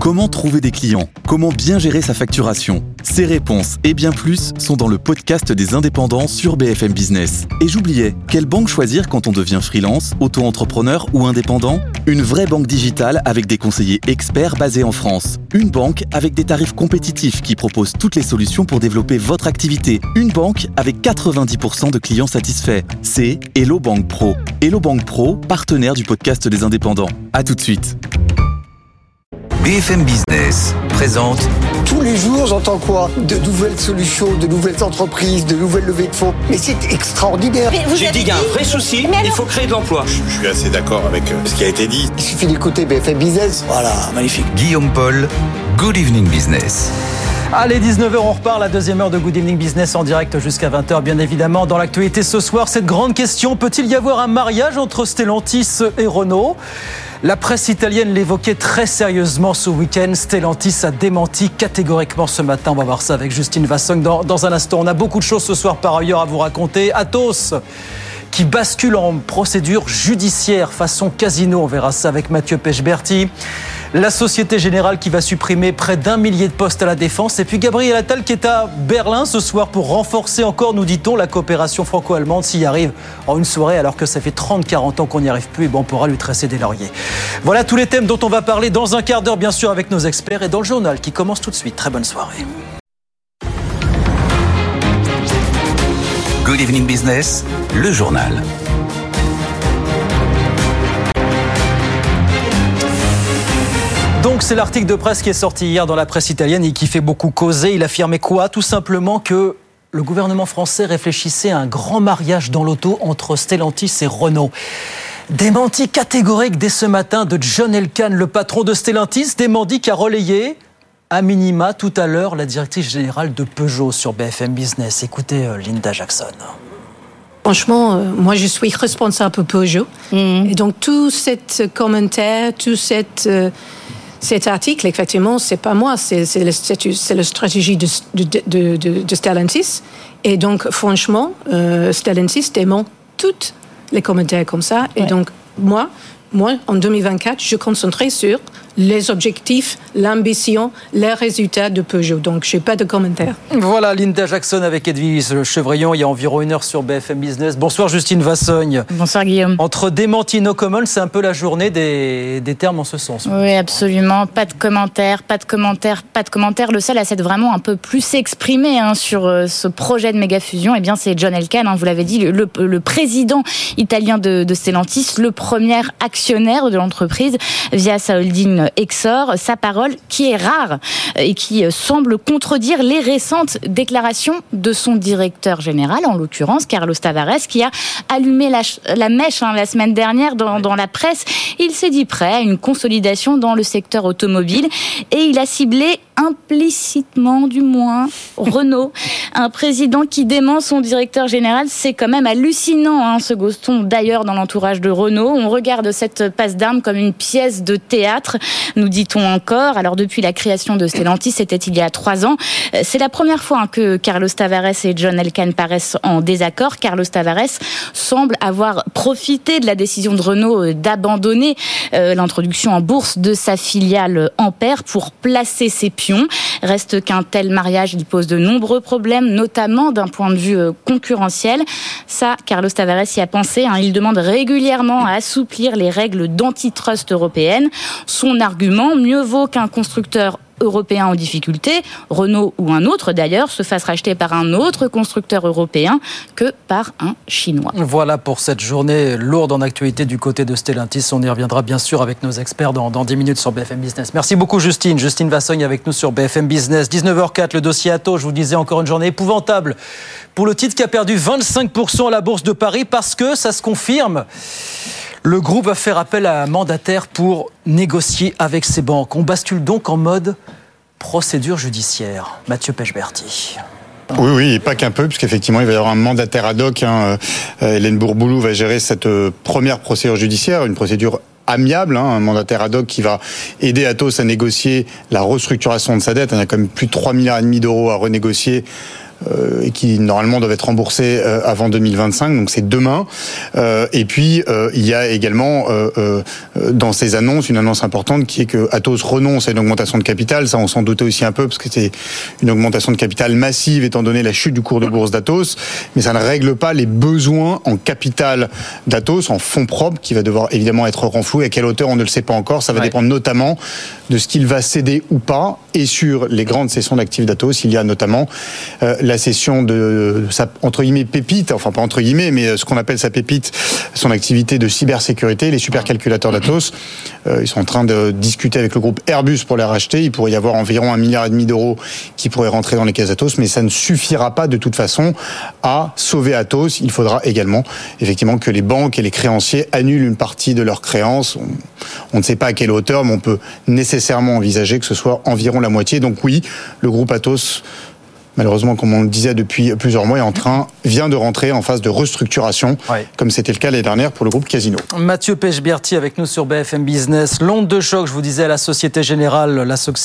Comment trouver des clients ? Comment bien gérer sa facturation ? Ces réponses et bien plus sont dans le podcast des indépendants sur BFM Business. Et j'oubliais, quelle banque choisir quand on devient freelance, auto-entrepreneur ou indépendant ? Une vraie banque digitale avec des conseillers experts basés en France. Une banque avec des tarifs compétitifs qui propose toutes les solutions pour développer votre activité. Une banque avec 90% de clients satisfaits. C'est Hello Bank Pro. Hello Bank Pro, partenaire du podcast des indépendants. À tout de suite. BFM Business présente. Tous les jours, j'entends quoi ? De nouvelles solutions, de nouvelles entreprises, de nouvelles levées de fonds. Mais c'est extraordinaire. J'ai dit qu'il y a un vrai souci, il faut créer de l'emploi. Je suis assez d'accord avec ce qui a été dit. Il suffit d'écouter BFM Business. Voilà, magnifique. Guillaume Paul, Good Evening Business. Allez, 19h, on repart la deuxième heure de Good Evening Business en direct jusqu'à 20h. Bien évidemment, dans l'actualité ce soir, cette grande question, peut-il y avoir un mariage entre Stellantis et Renault ? La presse italienne l'évoquait très sérieusement ce week-end. Stellantis a démenti catégoriquement ce matin. On va voir ça avec Justine Vassogne dans un instant. On a beaucoup de choses ce soir par ailleurs à vous raconter. Atos qui bascule en procédure judiciaire façon casino. On verra ça avec Mathieu Pechberti. La Société Générale qui va supprimer près d'1 millier de postes à la Défense. Et puis Gabriel Attal qui est à Berlin ce soir pour renforcer encore, nous dit-on, la coopération franco-allemande s'il y arrive en une soirée alors que ça fait 30-40 ans qu'on n'y arrive plus. Et on pourra lui tresser des lauriers. Voilà tous les thèmes dont on va parler dans un quart d'heure, bien sûr, avec nos experts et dans le journal qui commence tout de suite. Très bonne soirée. Good Evening Business, le journal. Donc c'est l'article de presse qui est sorti hier dans la presse italienne et qui fait beaucoup causer. Il affirmait quoi ? Tout simplement que le gouvernement français réfléchissait à un grand mariage dans l'auto entre Stellantis et Renault. Démenti catégorique dès ce matin de John Elkann, le patron de Stellantis, démenti qu'a relayé à minima tout à l'heure la directrice générale de Peugeot sur BFM Business. Écoutez Linda Jackson. Franchement, moi je suis responsable pour Peugeot. Et donc tout cet commentaire, tout cet article, effectivement, c'est pas moi, c'est la stratégie de Stellantis. Et donc, franchement, Stellantis dément tous les commentaires comme ça. Et donc, moi, en 2024, je concentrerai sur les objectifs, l'ambition, les résultats de Peugeot. Donc, je n'ai pas de commentaires. Voilà, Linda Jackson avec Edwige Chevrillon, il y a environ 1 heure sur BFM Business. Bonsoir Justine Vassogne. Bonsoir Guillaume. Entre démenti et no comment, c'est un peu la journée des termes en ce sens. Oui, absolument. Pas de commentaires. Le seul à s'être vraiment un peu plus exprimé sur ce projet de méga-fusion, eh bien, c'est John Elkann, vous l'avez dit, le président italien de Stellantis, le premier actionnaire de l'entreprise via sa holding Exor, sa parole qui est rare et qui semble contredire les récentes déclarations de son directeur général, en l'occurrence Carlos Tavares, qui a allumé la mèche la semaine dernière dans la presse. Il s'est dit prêt à une consolidation dans le secteur automobile et il a ciblé implicitement du moins Renault. Un président qui dément son directeur général, c'est quand même hallucinant, ce Goston d'ailleurs dans l'entourage de Renault. On regarde cette passe d'armes comme une pièce de théâtre, nous dit-on encore. Alors depuis la création de Stellantis, c'était il y a 3 ans, c'est la première fois que Carlos Tavares et John Elkann paraissent en désaccord. Carlos Tavares semble avoir profité de la décision de Renault d'abandonner l'introduction en bourse de sa filiale Ampère pour placer ses pions. Reste qu'un tel mariage il pose de nombreux problèmes, notamment d'un point de vue concurrentiel. Ça, Carlos Tavares y a pensé. Il demande régulièrement à assouplir les règles d'antitrust européennes. Son argument, mieux vaut qu'un constructeur européen en difficulté, Renault ou un autre d'ailleurs, se fasse racheter par un autre constructeur européen que par un Chinois. Voilà pour cette journée lourde en actualité du côté de Stellantis. On y reviendra bien sûr avec nos experts dans 10 minutes sur BFM Business. Merci beaucoup Justine Vassogne avec nous sur BFM Business. 19h04, le dossier Atos, je vous disais, encore une journée épouvantable pour le titre qui a perdu 25% à la Bourse de Paris parce que ça se confirme. Le groupe va faire appel à un mandataire pour négocier avec ses banques. On bascule donc en mode procédure judiciaire. Mathieu Pechberti. Oui, pas qu'un peu, puisqu'effectivement, il va y avoir un mandataire ad hoc. Hélène Bourboulou va gérer cette première procédure judiciaire, une procédure amiable, un mandataire ad hoc qui va aider Atos à négocier la restructuration de sa dette. Il y a quand même plus de 3,5 milliards d'euros à renégocier et qui normalement doivent être remboursés avant 2025, donc c'est demain. Et puis il y a également dans ces annonces une annonce importante qui est que Atos renonce à une augmentation de capital. Ça, on s'en doutait aussi un peu parce que c'est une augmentation de capital massive étant donné la chute du cours de bourse d'Atos, mais ça ne règle pas les besoins en capital d'Atos, en fonds propres, qui va devoir évidemment être renfloué. À quelle hauteur, on ne le sait pas encore. Ça va dépendre notamment de ce qu'il va céder ou pas. Et sur les grandes cessions d'actifs d'Atos, il y a notamment la cession de sa, entre guillemets, pépite, enfin pas entre guillemets, mais ce qu'on appelle sa pépite, son activité de cybersécurité, les supercalculateurs d'Atos. Ils sont en train de discuter avec le groupe Airbus pour les racheter. Il pourrait y avoir environ 1,5 milliard d'euros qui pourraient rentrer dans les caisses d'Atos, mais ça ne suffira pas de toute façon à sauver Atos. Il faudra également effectivement que les banques et les créanciers annulent une partie de leurs créances. On ne sait pas à quelle hauteur, mais on peut nécessairement envisager que ce soit environ la moitié. Donc oui, le groupe Atos, malheureusement, comme on le disait depuis plusieurs mois, vient de rentrer en phase de restructuration, comme c'était le cas l'année dernière pour le groupe Casino. Mathieu Pechberti avec nous sur BFM Business. L'onde de choc, je vous disais, la Société Générale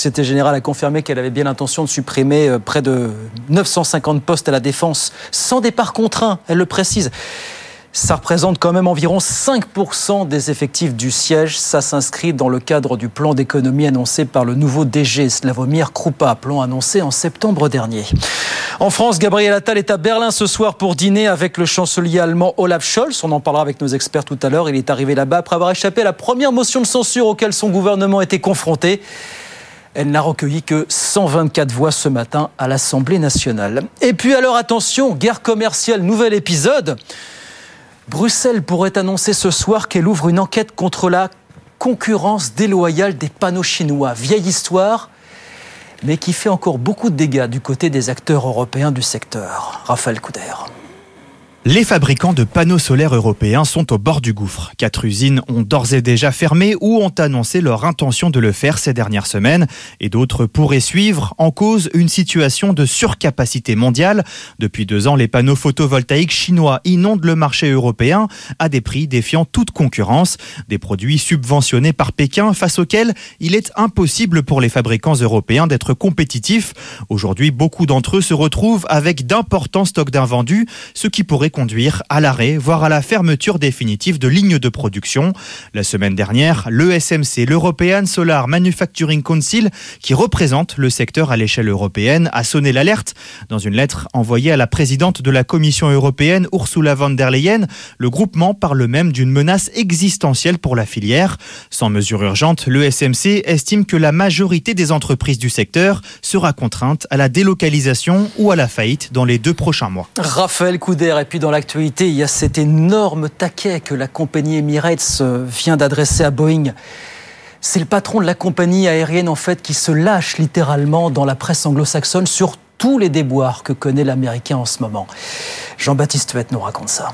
a confirmé qu'elle avait bien l'intention de supprimer près de 950 postes à la Défense, sans départ contraint, elle le précise. Ça représente quand même environ 5% des effectifs du siège. Ça s'inscrit dans le cadre du plan d'économie annoncé par le nouveau DG Slawomir Krupa, plan annoncé en septembre dernier. En France, Gabriel Attal est à Berlin ce soir pour dîner avec le chancelier allemand Olaf Scholz. On en parlera avec nos experts tout à l'heure. Il est arrivé là-bas après avoir échappé à la première motion de censure auquel son gouvernement était confronté. Elle n'a recueilli que 124 voix ce matin à l'Assemblée nationale. Et puis alors attention, guerre commerciale, nouvel épisode. Bruxelles pourrait annoncer ce soir qu'elle ouvre une enquête contre la concurrence déloyale des panneaux chinois. Vieille histoire, mais qui fait encore beaucoup de dégâts du côté des acteurs européens du secteur. Raphaël Couder. Les fabricants de panneaux solaires européens sont au bord du gouffre. 4 usines ont d'ores et déjà fermé ou ont annoncé leur intention de le faire ces dernières semaines. Et d'autres pourraient suivre. En cause, une situation de surcapacité mondiale. Depuis 2 ans, les panneaux photovoltaïques chinois inondent le marché européen à des prix défiant toute concurrence. Des produits subventionnés par Pékin face auxquels il est impossible pour les fabricants européens d'être compétitifs. Aujourd'hui, beaucoup d'entre eux se retrouvent avec d'importants stocks d'invendus, ce qui pourrait conduire à l'arrêt, voire à la fermeture définitive de lignes de production. La semaine dernière, l'ESMC, l'European Solar Manufacturing Council, qui représente le secteur à l'échelle européenne, a sonné l'alerte. Dans une lettre envoyée à la présidente de la Commission européenne, Ursula von der Leyen, le groupement parle même d'une menace existentielle pour la filière. Sans mesure urgente, l'ESMC estime que la majorité des entreprises du secteur sera contrainte à la délocalisation ou à la faillite dans les 2 prochains mois. Raphaël Couder, et puis dans l'actualité, il y a cet énorme taquet que la compagnie Emirates vient d'adresser à Boeing. C'est le patron de la compagnie aérienne en fait qui se lâche littéralement dans la presse anglo-saxonne sur tous les déboires que connaît l'Américain en ce moment. Jean-Baptiste Huette nous raconte ça.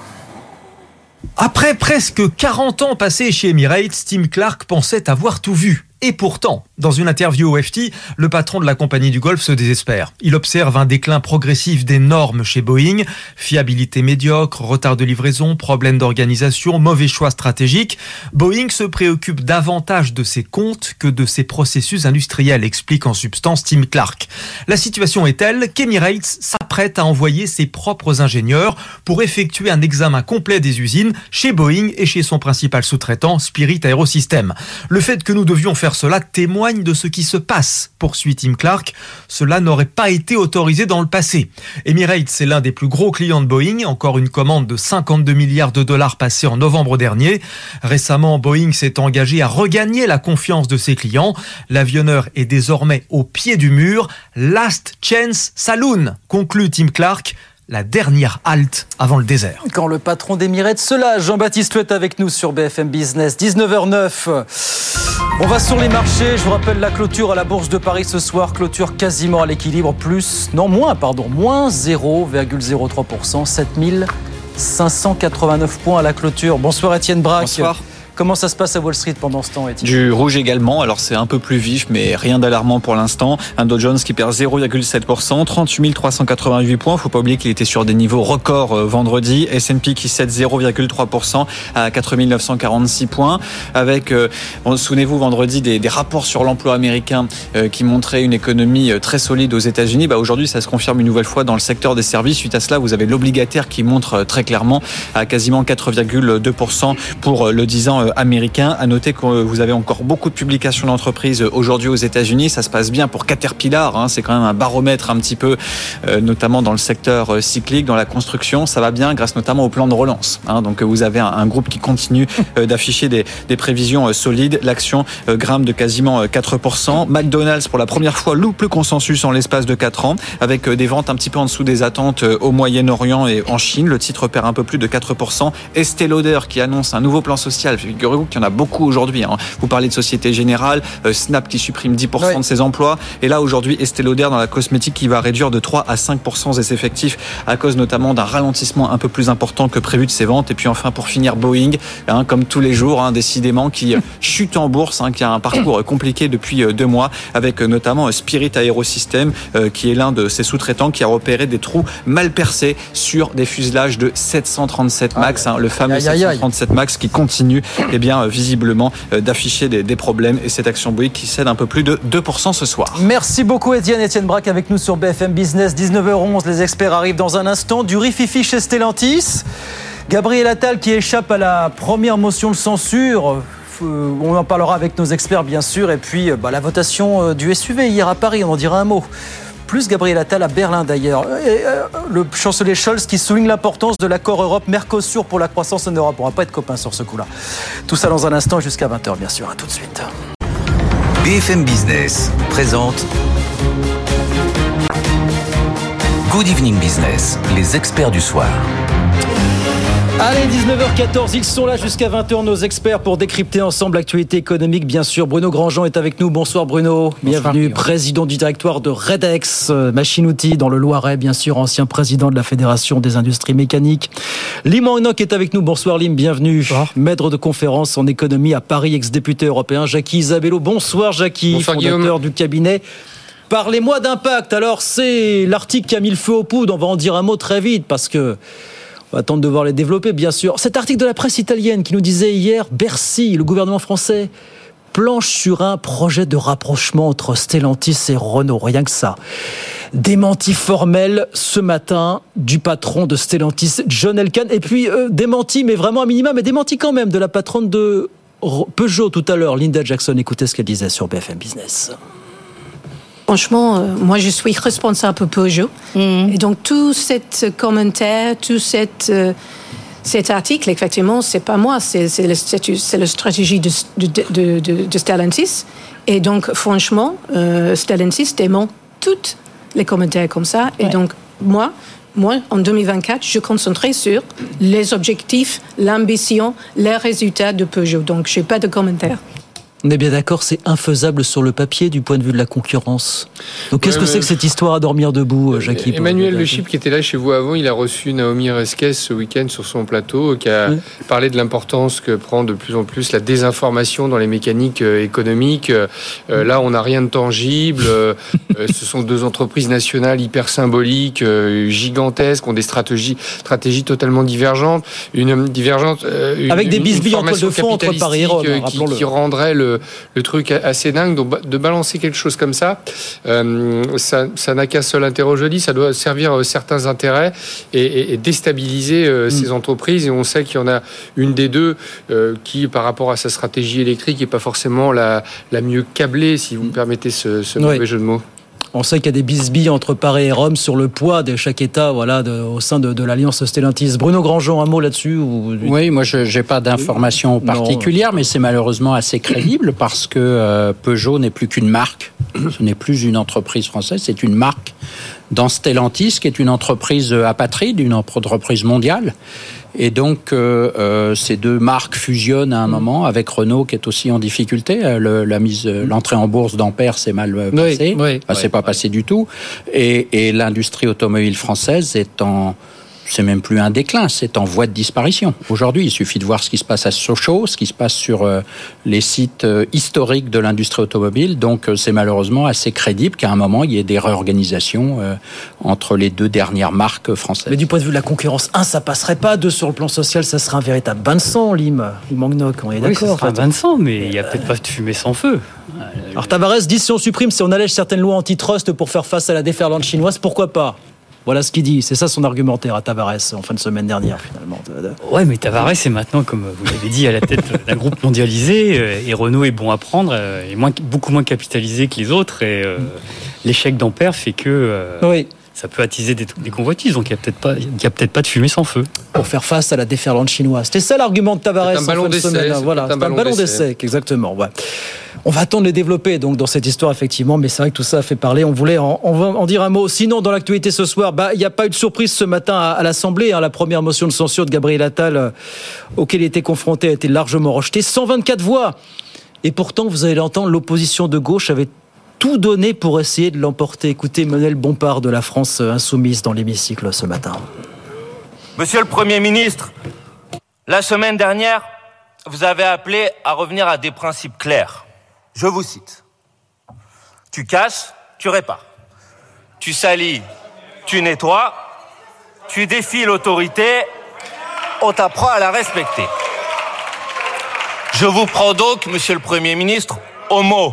Après presque 40 ans passés chez Emirates, Tim Clark pensait avoir tout vu. Et pourtant, dans une interview au FT, le patron de la compagnie du Golfe se désespère. Il observe un déclin progressif des normes chez Boeing, fiabilité médiocre, retard de livraison, problème d'organisation, mauvais choix stratégiques. Boeing se préoccupe davantage de ses comptes que de ses processus industriels, explique en substance Tim Clark. La situation est telle qu'Emirates s'apprête à envoyer ses propres ingénieurs pour effectuer un examen complet des usines chez Boeing et chez son principal sous-traitant, Spirit AeroSystems. Le fait que nous devions faire cela témoigne de ce qui se passe, poursuit Tim Clark. Cela n'aurait pas été autorisé dans le passé. Emirates est l'un des plus gros clients de Boeing, encore une commande de 52 milliards de dollars passée en novembre dernier. Récemment, Boeing s'est engagé à regagner la confiance de ses clients. L'avionneur est désormais au pied du mur. Last chance saloon, conclut Tim Clark. La dernière halte avant le désert. Quand le patron d'Emirates se lâche, Jean-Baptiste Huette avec nous sur BFM Business, 19h09. On va sur les marchés. Je vous rappelle la clôture à la Bourse de Paris ce soir. Clôture quasiment à l'équilibre. Moins 0,03%. 7589 points à la clôture. Bonsoir Étienne Braque. Bonsoir. Comment ça se passe à Wall Street pendant ce temps, Étienne ? Du rouge également, alors c'est un peu plus vif, mais rien d'alarmant pour l'instant. Un Dow Jones qui perd 0,7%, 38 388 points. Faut pas oublier qu'il était sur des niveaux records vendredi. S&P qui cède 0,3% à 4 946 points. Avec, souvenez-vous, vendredi, des rapports sur l'emploi américain qui montraient une économie très solide aux États-Unis. Aujourd'hui, ça se confirme une nouvelle fois dans le secteur des services. Suite à cela, vous avez l'obligataire qui montre très clairement à quasiment 4,2% pour le 10 ans américain. À noter que vous avez encore beaucoup de publications d'entreprises aujourd'hui aux États-Unis. Ça se passe bien pour Caterpillar. C'est quand même un baromètre un petit peu, notamment dans le secteur cyclique, dans la construction. Ça va bien grâce notamment au plan de relance. Donc vous avez un groupe qui continue d'afficher des prévisions solides. L'action grimpe de quasiment 4%. McDonald's, pour la première fois, loupe le consensus en l'espace de 4 ans, avec des ventes un petit peu en dessous des attentes au Moyen-Orient et en Chine. Le titre perd un peu plus de 4%. Estée Lauder qui annonce un nouveau plan social. Figurez-vous qu'il y en a beaucoup aujourd'hui. Vous parlez de Société Générale, Snap qui supprime 10% de ses emplois. Et là, aujourd'hui, Estée Lauder dans la cosmétique qui va réduire de 3 à 5% ses effectifs à cause notamment d'un ralentissement un peu plus important que prévu de ses ventes. Et puis enfin, pour finir, Boeing, comme tous les jours, décidément, qui chute en bourse, qui a un parcours compliqué depuis 2 mois, avec notamment Spirit Aerosystems, qui est l'un de ses sous-traitants, qui a repéré des trous mal percés sur des fuselages de 737 MAX, le fameux 737 MAX qui continue, visiblement, d'afficher des problèmes. Et cette action Boeing qui cède un peu plus de 2% ce soir. Merci beaucoup, Étienne Braque avec nous sur BFM Business. 19h11, les experts arrivent dans un instant. Du rififi chez Stellantis. Gabriel Attal qui échappe à la première motion de censure. On en parlera avec nos experts, bien sûr. Et puis, la votation du SUV hier à Paris, on en dira un mot. Plus Gabriel Attal à Berlin, d'ailleurs. Et, le chancelier Scholz qui souligne l'importance de l'accord Europe-Mercosur pour la croissance en Europe. On ne va pas être copains sur ce coup-là. Tout ça dans un instant, jusqu'à 20h, bien sûr. À tout de suite. BFM Business présente Good Evening Business, les experts du soir. Allez, 19h14, ils sont là jusqu'à 20h, nos experts, pour décrypter ensemble l'actualité économique, bien sûr. Bruno Grandjean est avec nous. Bonsoir Bruno. Bienvenue, président du directoire de Redex, machine-outil dans le Loiret, bien sûr, ancien président de la Fédération des industries mécaniques. Lim Wang-Nok est avec nous. Bonsoir Lim, bienvenue. Bonsoir. Maître de conférence en économie à Paris, ex-député européen. Jackie Isabello. Bonsoir Jackie, bonsoir, fondateur Guillaume. Du cabinet Parlez-moi d'Impact. Alors, c'est l'article qui a mis le feu aux poudres. On va en dire un mot très vite parce que on va attendre de voir les développer, bien sûr. Cet article de la presse italienne qui nous disait hier, Bercy, le gouvernement français, planche sur un projet de rapprochement entre Stellantis et Renault. Rien que ça. Démenti formel ce matin du patron de Stellantis, John Elkann. Et puis, démenti, mais vraiment à minima, mais démenti quand même de la patronne de Peugeot tout à l'heure, Linda Jackson. Écoutez ce qu'elle disait sur BFM Business. Franchement, moi je suis responsable pour Peugeot. Et donc tout cet commentaire, tout cet article, effectivement, c'est pas moi, c'est la stratégie de Stellantis. Et donc franchement, Stellantis dément tous les commentaires comme ça. Et donc moi, en 2024, je concentrerai sur les objectifs, l'ambition, les résultats de Peugeot. Donc j'ai pas de commentaires. On est bien d'accord, c'est infaisable sur le papier du point de vue de la concurrence. Donc qu'est-ce que c'est que cette histoire à dormir debout, Jackie? Emmanuel Le Chip, qui était là chez vous avant, il a reçu Naomi Resques ce week-end sur son plateau, qui a parlé de l'importance que prend de plus en plus la désinformation dans les mécaniques économiques. Là, on n'a rien de tangible. Ce sont deux entreprises nationales hyper symboliques, gigantesques, ont des stratégies totalement divergentes. Avec des bisbilles en toile de fond entre Paris et Rome, qui rendrait le truc assez dingue. Donc de balancer quelque chose comme ça, ça n'a qu'un seul intérêt aujourd'hui, ça doit servir certains intérêts et déstabiliser ces entreprises. Et on sait qu'il y en a une des deux qui, par rapport à sa stratégie électrique, n'est pas forcément la mieux câblée, si vous me permettez ce mauvais jeu de mots. On sait qu'il y a des bisbilles entre Paris et Rome sur le poids de chaque État, au sein de l'alliance Stellantis. Bruno Grandjean, un mot là-dessus Oui, moi je n'ai pas d'informations particulières, mais c'est malheureusement assez crédible parce que Peugeot n'est plus qu'une marque. Ce n'est plus une entreprise française, c'est une marque dans Stellantis, qui est une entreprise apatride, une entreprise mondiale. Et donc, ces deux marques fusionnent à un moment avec Renault, qui est aussi en difficulté. L'entrée en bourse d'Ampère s'est mal passée. C'est pas passé du tout. Et l'industrie automobile française est en c'est même plus un déclin, c'est en voie de disparition. Aujourd'hui, il suffit de voir ce qui se passe à Sochaux, ce qui se passe sur les sites historiques de l'industrie automobile. Donc, c'est malheureusement assez crédible qu'à un moment, il y ait des réorganisations entre les deux dernières marques françaises. Mais du point de vue de la concurrence, ça passerait pas. 2, sur le plan social, ça serait un véritable bain de sang, Lim-Mangnock, on est d'accord. Oui, ça serait un bain de sang, mais il n'y a peut-être pas de fumée sans feu. Alors Tavares dit, si on allège certaines lois antitrust pour faire face à la déferlante chinoise, pourquoi pas ? Voilà ce qu'il dit. C'est ça son argumentaire à Tavares en fin de semaine dernière, finalement. Ouais, mais Tavares est maintenant, comme vous l'avez dit, à la tête d'un groupe mondialisé. Et Renault est bon à prendre, est beaucoup moins capitalisé que les autres. Et l'échec d'Ampère fait que ça peut attiser des convoitises. Donc il n'y a peut-être pas de fumée sans feu. Pour faire face à la déferlante chinoise. C'était ça l'argument de Tavares en fin de semaine. Voilà, c'est un ballon d'essai. Exactement. Ouais. On va attendre de les développer donc dans cette histoire effectivement, mais c'est vrai que tout ça a fait parler. On voulait en dire un mot. Sinon, dans l'actualité ce soir, il n'y a pas eu de surprise ce matin à l'Assemblée. La première motion de censure de Gabriel Attal auquel il était confronté a été largement rejetée. 124 voix. Et pourtant, vous allez l'entendre, l'opposition de gauche avait tout donné pour essayer de l'emporter. Écoutez Manuel Bompard de la France Insoumise dans l'hémicycle ce matin. Monsieur le Premier ministre, la semaine dernière, vous avez appelé à revenir à des principes clairs. Je vous cite. Tu casses, tu répares. Tu salis, tu nettoies. Tu défies l'autorité, on t'apprend à la respecter. Je vous prends donc, monsieur le Premier ministre, au mot.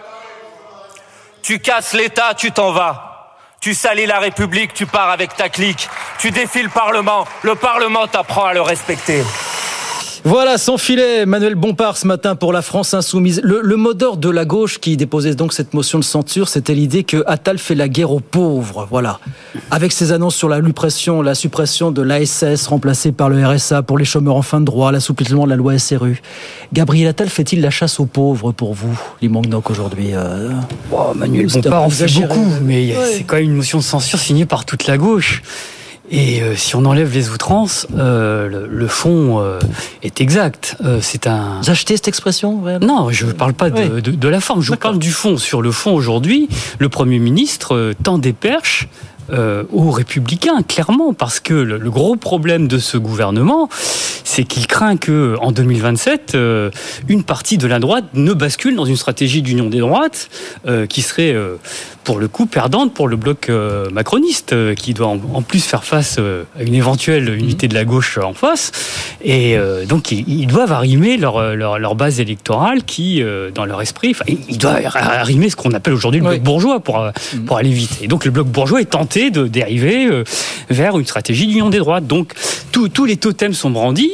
Tu casses l'État, tu t'en vas. Tu salis la République, tu pars avec ta clique. Tu défies le Parlement t'apprend à le respecter. Voilà, sans filet, Manuel Bompard ce matin pour la France Insoumise. Le mot d'ordre de la gauche qui déposait donc cette motion de censure, c'était l'idée que Attal fait la guerre aux pauvres. Voilà. Avec ses annonces sur la suppression de l'ASS remplacée par le RSA pour les chômeurs en fin de droit, l'assouplissement de la loi SRU. Gabriel Attal fait-il la chasse aux pauvres pour vous, Lim-Mangnock, aujourd'hui Manuel Bompard en fait beaucoup, mais c'est quand même une motion de censure signée par toute la gauche. Et si on enlève les outrances, le fond est exact. Vous achetez cette expression Non, je ne parle pas de la forme, je parle du fond. Sur le fond, aujourd'hui, le Premier ministre tend des perches aux Républicains, clairement, parce que le gros problème de ce gouvernement, c'est qu'il craint que en 2027, une partie de la droite ne bascule dans une stratégie d'union des droites qui serait, pour le coup, perdante pour le bloc macroniste, qui doit en plus faire face à une éventuelle unité de la gauche en face. Et donc, ils doivent arrimer leur base électorale qui, dans leur esprit, ils doivent arrimer ce qu'on appelle aujourd'hui le bloc bourgeois pour aller vite. Et donc, le bloc bourgeois est tenté de dériver vers une stratégie d'union des droites. Donc, tous les totems sont brandis,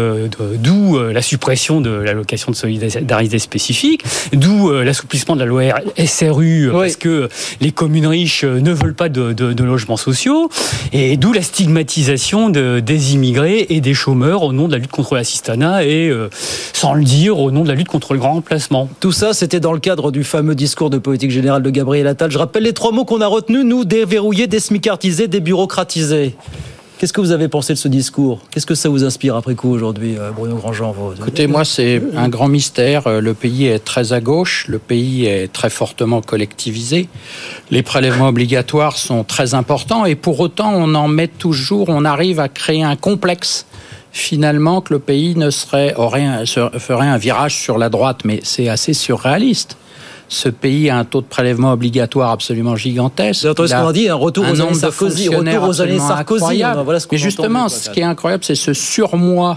d'où la suppression de l'allocation de solidarité spécifique, d'où l'assouplissement de la loi SRU, parce que les communes riches ne veulent pas de logements sociaux, et d'où la stigmatisation des immigrés et des chômeurs au nom de la lutte contre l'assistanat et, sans le dire, au nom de la lutte contre le grand remplacement. Tout ça, c'était dans le cadre du fameux discours de politique générale de Gabriel Attal. Je rappelle les 3 mots qu'on a retenus, nous: déverrouiller, désmicartiser, débureaucratiser. Qu'est-ce que vous avez pensé de ce discours ? Qu'est-ce que ça vous inspire après coup aujourd'hui, Bruno Grandjean ? Écoutez, moi, c'est un grand mystère. Le pays est très à gauche, le pays est très fortement collectivisé. Les prélèvements obligatoires sont très importants et pour autant, on arrive à créer un complexe. Finalement, que le pays ferait un virage sur la droite, mais c'est assez surréaliste. Ce pays a un taux de prélèvement obligatoire absolument gigantesque. Vous entendez ce qu'on a dit, un retour aux années Sarkozy. Voilà, mais justement, ce qui est incroyable, c'est ce surmoi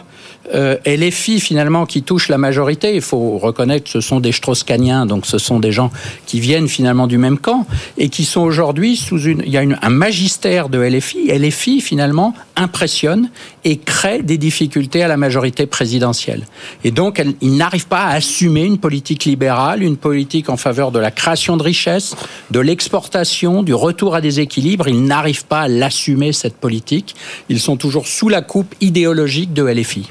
LFI finalement qui touche la majorité. Il faut reconnaître que ce sont des Strauss-Kahniens, donc ce sont des gens qui viennent finalement du même camp et qui sont aujourd'hui il y a un magistère de LFI. LFI finalement impressionne et crée des difficultés à la majorité présidentielle. Et donc, ils n'arrivent pas à assumer une politique libérale, une politique en faveur de la création de richesses, de l'exportation, du retour à des équilibres. Ils n'arrivent pas à l'assumer, cette politique. Ils sont toujours sous la coupe idéologique de LFI.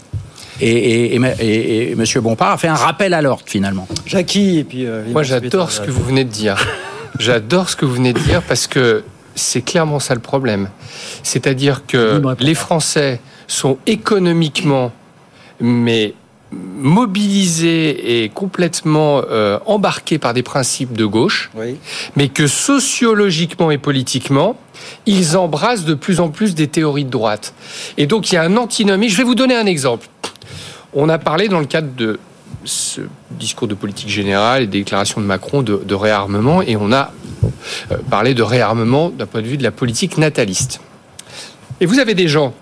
Et M. Bompard a fait un rappel à l'ordre, finalement. Jackie, et puis... Moi, j'adore ce que vous venez de dire. J'adore ce que vous venez de dire parce que c'est clairement ça le problème. C'est-à-dire que les Français sont économiquement, mais mobilisés et complètement embarqués par des principes de gauche, mais que sociologiquement et politiquement, ils embrassent de plus en plus des théories de droite. Et donc il y a un antinomie. Je vais vous donner un exemple. On a parlé dans le cadre de ce discours de politique générale et des déclarations de Macron de réarmement, et on a parlé de réarmement d'un point de vue de la politique nataliste. Et vous avez des gens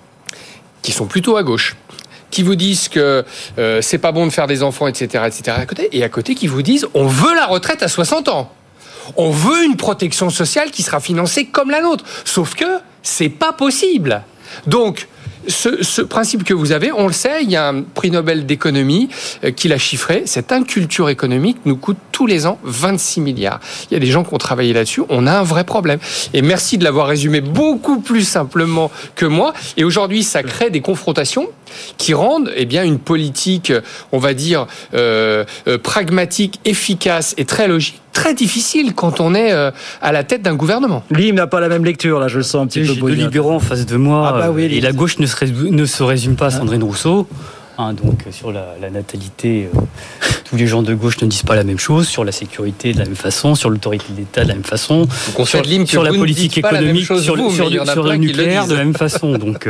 qui sont plutôt à gauche, qui vous disent que c'est pas bon de faire des enfants, etc., et à côté qui vous disent on veut la retraite à 60 ans. On veut une protection sociale qui sera financée comme la nôtre. Sauf que c'est pas possible. Donc, ce principe que vous avez, on le sait, il y a un prix Nobel d'économie qui l'a chiffré. Cette inculture économique nous coûte tous les ans 26 milliards. Il y a des gens qui ont travaillé là-dessus. On a un vrai problème. Et merci de l'avoir résumé beaucoup plus simplement que moi. Et aujourd'hui, ça crée des confrontations qui rendent une politique, on va dire, pragmatique, efficace et très logique, très difficile quand on est à la tête d'un gouvernement. Lui, il n'a pas la même lecture, là, je le sens un petit peu. J'ai deux libéraux en face de moi, et la gauche ne se résume pas à Sandrine Rousseau. Donc sur la natalité, tous les gens de gauche ne disent pas la même chose, sur la sécurité de la même façon, sur l'autorité de l'État de la même façon, sur la politique économique, sur le nucléaire de la même façon. Donc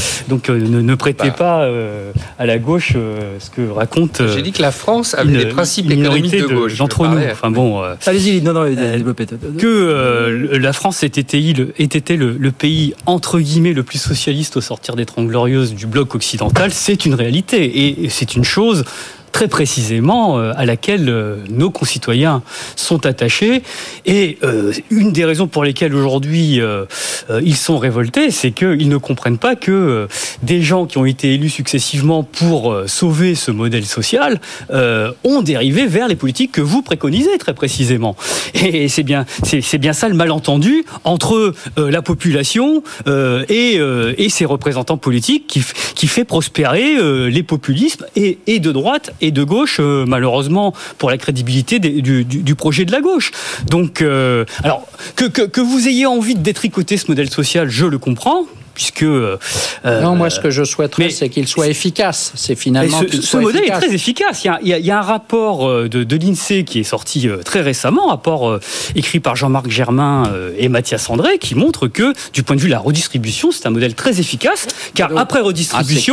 ne prêtez pas à la gauche ce que raconte. J'ai dit que la France avait des principes économiques de gauche. D'entre nous. Enfin bon. Allez-y, développez. Que la France ait été le pays entre guillemets le plus socialiste au sortir des 30 Glorieuses du bloc occidental, c'est une réalité. Et c'est une chose très précisément à laquelle nos concitoyens sont attachés. Et une des raisons pour lesquelles aujourd'hui ils sont révoltés, c'est qu'ils ne comprennent pas que des gens qui ont été élus successivement pour sauver ce modèle social ont dérivé vers les politiques que vous préconisez très précisément. Et c'est bien ça le malentendu entre la population et ses représentants politiques qui fait prospérer les populismes et de droite et de gauche, malheureusement, pour la crédibilité du projet de la gauche. Donc, alors, que vous ayez envie de détricoter ce modèle social, je le comprends, puisque... non, moi, ce que je souhaiterais, c'est qu'il soit efficace. C'est finalement ce modèle efficace. Est très efficace. Il y a un rapport de l'INSEE qui est sorti très récemment, un rapport écrit par Jean-Marc Germain et Mathias André, qui montre que, du point de vue de la redistribution, c'est un modèle très efficace, car après redistribution,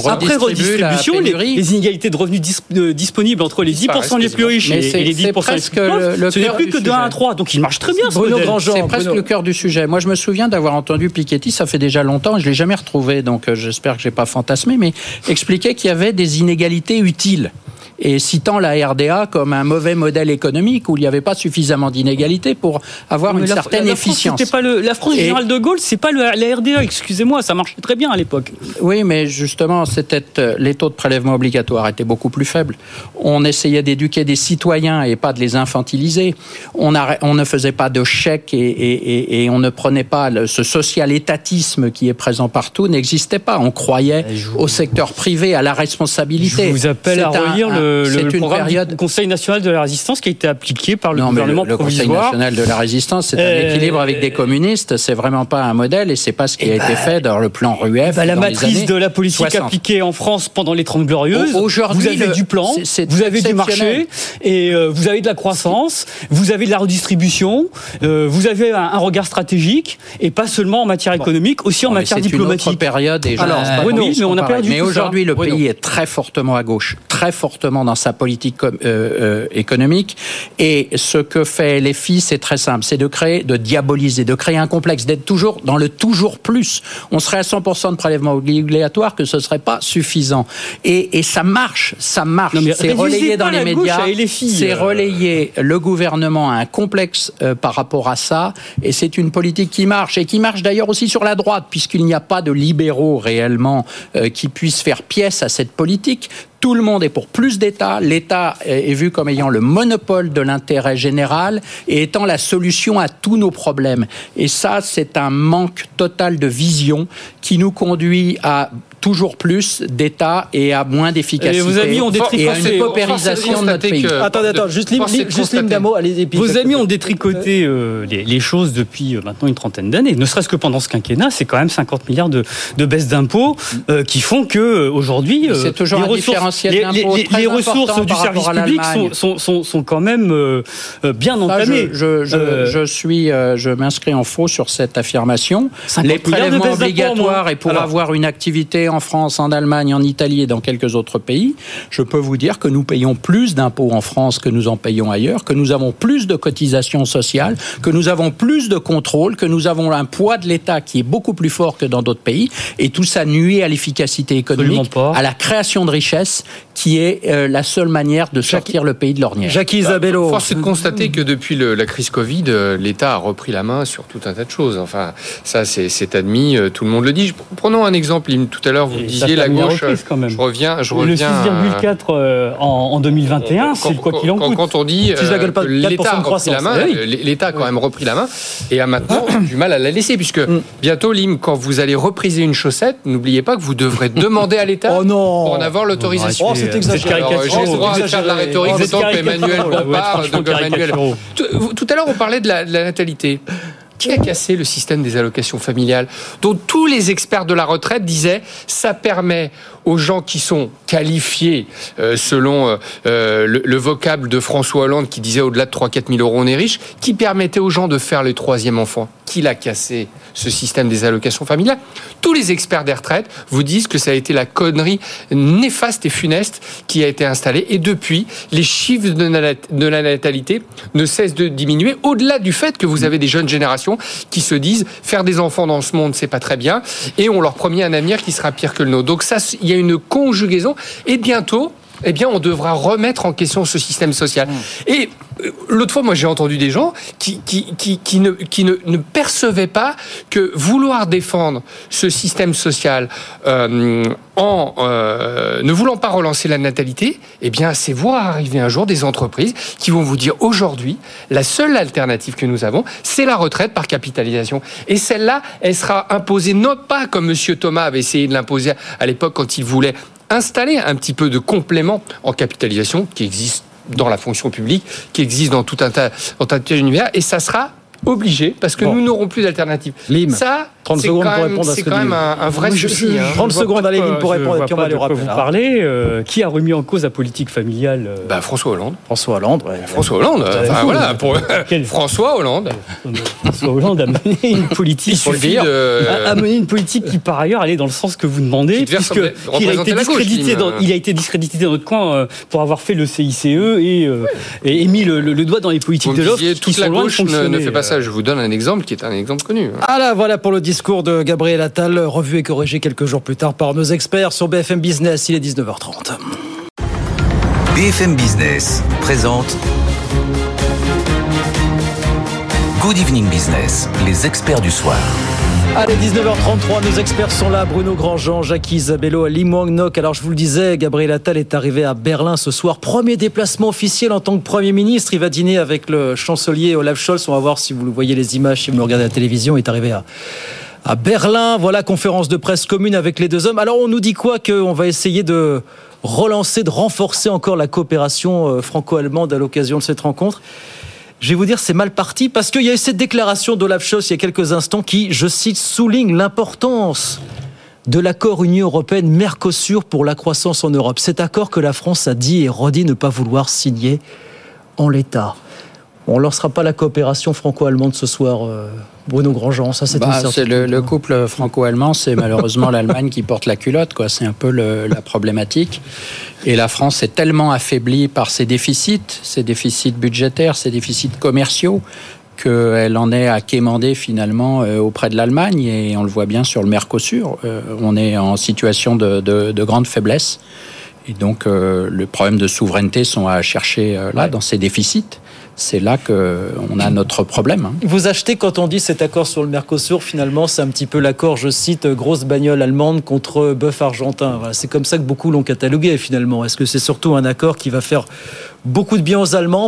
les inégalités de revenus disponibles entre les 10% les plus riches et les 10% les plus pauvres, ce n'est plus que de 1 à 3. Donc il marche très bien, ce modèle. C'est presque le cœur du sujet. Moi, je me souviens d'avoir entendu Piketty, ça fait déjà longtemps, je ne l'ai jamais retrouvé, donc j'espère que je n'ai pas fantasmé, mais expliquait qu'il y avait des inégalités utiles. Et citant la RDA comme un mauvais modèle économique où il n'y avait pas suffisamment d'inégalités pour avoir une certaine efficience. La France générale de Gaulle, c'est pas la RDA, excusez-moi, ça marchait très bien à l'époque. Oui, mais justement, les taux de prélèvement obligatoire étaient beaucoup plus faibles. On essayait d'éduquer des citoyens et pas de les infantiliser. On ne faisait pas de chèques et on ne prenait pas ce social-étatisme qui est présent partout, n'existait pas. On croyait au secteur privé, à la responsabilité. Je vous appelle à relire le programme du Conseil national de la résistance qui a été appliqué par le gouvernement provisoire. Le Conseil national de la résistance, c'est un équilibre avec des communistes, c'est vraiment pas un modèle et c'est pas ce qui a été fait dans le plan RUEF. La matrice de la politique 60. Appliquée en France pendant les 30 Glorieuses, aujourd'hui, vous avez du plan, vous avez du marché, et vous avez de la croissance, vous avez de la redistribution, vous avez un regard stratégique, et pas seulement en matière économique, aussi en matière diplomatique. C'est une autre période et mais on a perdu mais aujourd'hui, le pays est très fortement à gauche, très fortement dans sa politique économique. Et ce que fait LFI, c'est très simple, c'est de diaboliser, de créer un complexe, d'être toujours dans le toujours plus. On serait à 100% de prélèvement obligatoire, que ce serait pas suffisant. Et ça marche. C'est relayé dans les médias. C'est relayé. Le gouvernement a un complexe par rapport à ça. Et c'est une politique qui marche. Et qui marche d'ailleurs aussi sur la droite, puisqu'il n'y a pas de libéraux réellement qui puissent faire pièce à cette politique. Tout le monde est pour plus d'État. L'État est vu comme ayant le monopole de l'intérêt général et étant la solution à tous nos problèmes. Et ça, c'est un manque total de vision qui nous conduit à toujours plus d'État et à moins d'efficacité. Et vos amis ont et à une paupérisation de notre pays. Attendez, juste Lim Damo, allez-y. Vos amis ont détricoté les choses depuis maintenant une trentaine d'années. Ne serait-ce que pendant ce quinquennat, c'est quand même 50 milliards de baisse d'impôts qui font que aujourd'hui, c'est toujours un différentiel d'impôts les ressources du service public sont quand même bien entamées. Je m'inscris en faux sur cette affirmation. Les prélèvements obligatoires et pour avoir une activité en France, en Allemagne, en Italie et dans quelques autres pays, je peux vous dire que nous payons plus d'impôts en France que nous en payons ailleurs, que nous avons plus de cotisations sociales, que nous avons plus de contrôle, que nous avons un poids de l'État qui est beaucoup plus fort que dans d'autres pays, et tout ça nuit à l'efficacité économique, à la création de richesses, qui est la seule manière de sortir le pays de l'ornière. Jackie Isabello. Force est de constater que depuis la crise Covid, l'État a repris la main sur tout un tas de choses. Enfin, ça, c'est admis, tout le monde le dit. Prenons un exemple, tout à l'heure, vous disiez la gauche. Je reviens. Le 6,4 en 2021, c'est quoi qu'il en coûte. Quand on dit que l'État a repris la main, l'État a quand même repris la main et a maintenant du mal à la laisser, puisque bientôt, Lim, quand vous allez repriser une chaussette, n'oubliez pas que vous devrez demander à l'État pour en avoir l'autorisation. Oh, c'est exagéré. J'ai le droit de faire de la rhétorique autant que Emmanuel Bompard, Tout à l'heure, on parlait de la natalité. Qui a cassé le système des allocations familiales, dont tous les experts de la retraite disaient ça permet aux gens qui sont qualifiés, selon le vocable de François Hollande qui disait au-delà de 3-4 000 euros on est riche, qui permettait aux gens de faire le troisième enfant. Qui l'a cassé, ce système des allocations familiales? Tous les experts des retraites vous disent que ça a été la connerie néfaste et funeste qui a été installée. Et depuis, les chiffres de la natalité ne cessent de diminuer, au-delà du fait que vous avez des jeunes générations qui se disent faire des enfants dans ce monde, c'est pas très bien, et on leur promet un avenir qui sera pire que le nôtre. Donc ça, il y a une conjugaison, et bientôt, on devra remettre en question ce système social. Et l'autre fois, moi, j'ai entendu des gens qui ne percevaient pas que vouloir défendre ce système social ne voulant pas relancer la natalité, c'est voir arriver un jour des entreprises qui vont vous dire aujourd'hui, la seule alternative que nous avons, c'est la retraite par capitalisation. Et celle-là, elle sera imposée non pas comme M. Thomas avait essayé de l'imposer à l'époque quand il voulait installer un petit peu de complément en capitalisation qui existe dans la fonction publique, qui existe dans tout un tas d'univers, et ça sera obligé parce que nous n'aurons plus d'alternative. Ça, 30 secondes pour répondre à ce que c'est quand même un vrai souci. 30 secondes, allez, Lim, pour répondre, et puis on va aller rappeler. Vous parlez, qui a remis en cause la politique familiale François Hollande. François Hollande, François Hollande, François Hollande. François Hollande a mené une politique, qui, par ailleurs, allait dans le sens que vous demandez, puisqu'il a été discrédité dans notre coin pour avoir fait le CICE et mis le doigt dans les politiques de l'offre qui sont loin de fonctionner. Ne fait pas ça. Je vous donne un exemple qui est un exemple connu. Voilà pour le discours de Gabriel Attal, revu et corrigé quelques jours plus tard par nos experts sur BFM Business. Il est 19h30. BFM Business présente Good Evening Business, les experts du soir. Allez, 19h33, nos experts sont là. Bruno Grandjean, Jackie Isabello, Lim Wang Nok. Alors, je vous le disais, Gabriel Attal est arrivé à Berlin ce soir. Premier déplacement officiel en tant que Premier ministre. Il va dîner avec le chancelier Olaf Scholz. On va voir si vous voyez les images, si vous le regardez à la télévision. Il est arrivé à Berlin. Voilà, conférence de presse commune avec les deux hommes. Alors, on nous dit quoi? Qu'on va essayer de relancer, de renforcer encore la coopération franco-allemande à l'occasion de cette rencontre. Je vais vous dire, c'est mal parti parce qu'il y a eu cette déclaration d'Olaf Scholz il y a quelques instants qui, je cite, souligne l'importance de l'accord Union européenne-Mercosur pour la croissance en Europe. Cet accord que la France a dit et redit ne pas vouloir signer en l'état. On ne lancera pas la coopération franco-allemande ce soir, Bruno Grandjean, ça c'est une certitude. Le couple franco-allemand, c'est malheureusement l'Allemagne qui porte la culotte, quoi. C'est un peu la problématique. Et la France est tellement affaiblie par ses déficits budgétaires, ses déficits commerciaux, qu'elle en est à quémander finalement auprès de l'Allemagne. Et on le voit bien sur le Mercosur. On est en situation de grande faiblesse. Et donc, le problème de souveraineté sont à chercher dans ces déficits. C'est là qu'on a notre problème. Vous achetez, quand on dit cet accord sur le Mercosur, finalement, c'est un petit peu l'accord, je cite, grosse bagnole allemande contre bœuf argentin. Voilà, c'est comme ça que beaucoup l'ont catalogué, finalement. Est-ce que c'est surtout un accord qui va faire beaucoup de bien aux Allemands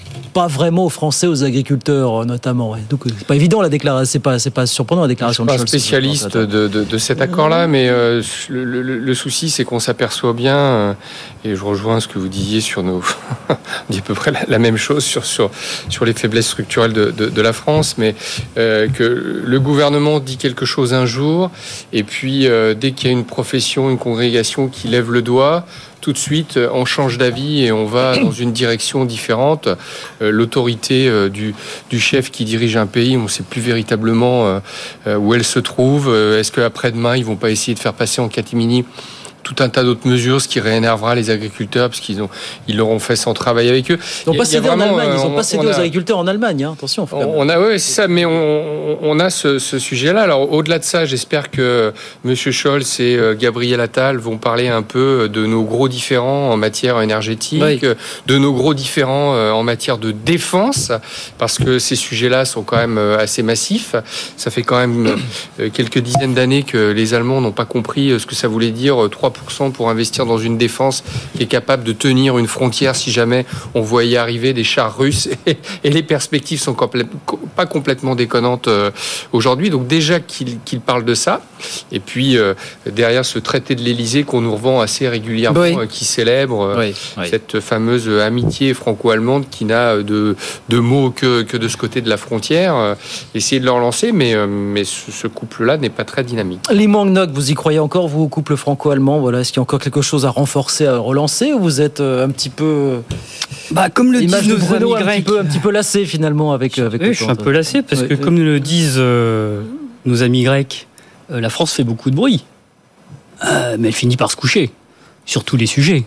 pas vraiment aux Français, aux agriculteurs notamment. Ouais. Donc c'est pas évident la déclaration, c'est pas surprenant la déclaration de Scholz. Je suis pas spécialiste de cet accord-là, mais le souci c'est qu'on s'aperçoit bien, et je rejoins ce que vous disiez sur nos, on dit à peu près la même chose sur les faiblesses structurelles de la France, mais que le gouvernement dit quelque chose un jour, et puis dès qu'il y a une profession, une congrégation qui lève le doigt, tout de suite, on change d'avis et on va dans une direction différente. L'autorité du chef qui dirige un pays, on ne sait plus véritablement où elle se trouve. Est-ce qu'après-demain, ils ne vont pas essayer de faire passer en catimini tout un tas d'autres mesures, ce qui réénervera les agriculteurs, parce qu'ils l'auront fait sans travailler avec eux. Ils n'ont pas cédé en Allemagne, ils n'ont pas cédé aux agriculteurs en Allemagne, hein. Attention. Oui, c'est ça, mais on a ce sujet-là. Alors, au-delà de ça, j'espère que M. Scholz et Gabriel Attal vont parler un peu de nos gros différends en matière énergétique, de nos gros différends en matière de défense, parce que ces sujets-là sont quand même assez massifs. Ça fait quand même quelques dizaines d'années que les Allemands n'ont pas compris ce que ça voulait dire 3% pour investir dans une défense qui est capable de tenir une frontière si jamais on voyait arriver des chars russes, et les perspectives sont pas complètement déconnantes aujourd'hui. Donc déjà qu'il parle de ça, et puis derrière ce traité de l'Élysée qu'on nous revend assez régulièrement, qui célèbre cette fameuse amitié franco-allemande qui n'a de mots que de ce côté de la frontière, essayer de le relancer, mais ce couple-là n'est pas très dynamique. Les Mangnock, vous y croyez encore, vous, au couple franco-allemand? Voilà, est-ce qu'il y a encore quelque chose à renforcer, à relancer, ou vous êtes un petit peu... comme le disent nos amis grecs, un petit peu lassé finalement avec oui, je suis un peu lassé parce que comme le disent nos amis grecs, la France fait beaucoup de bruit, mais elle finit par se coucher sur tous les sujets.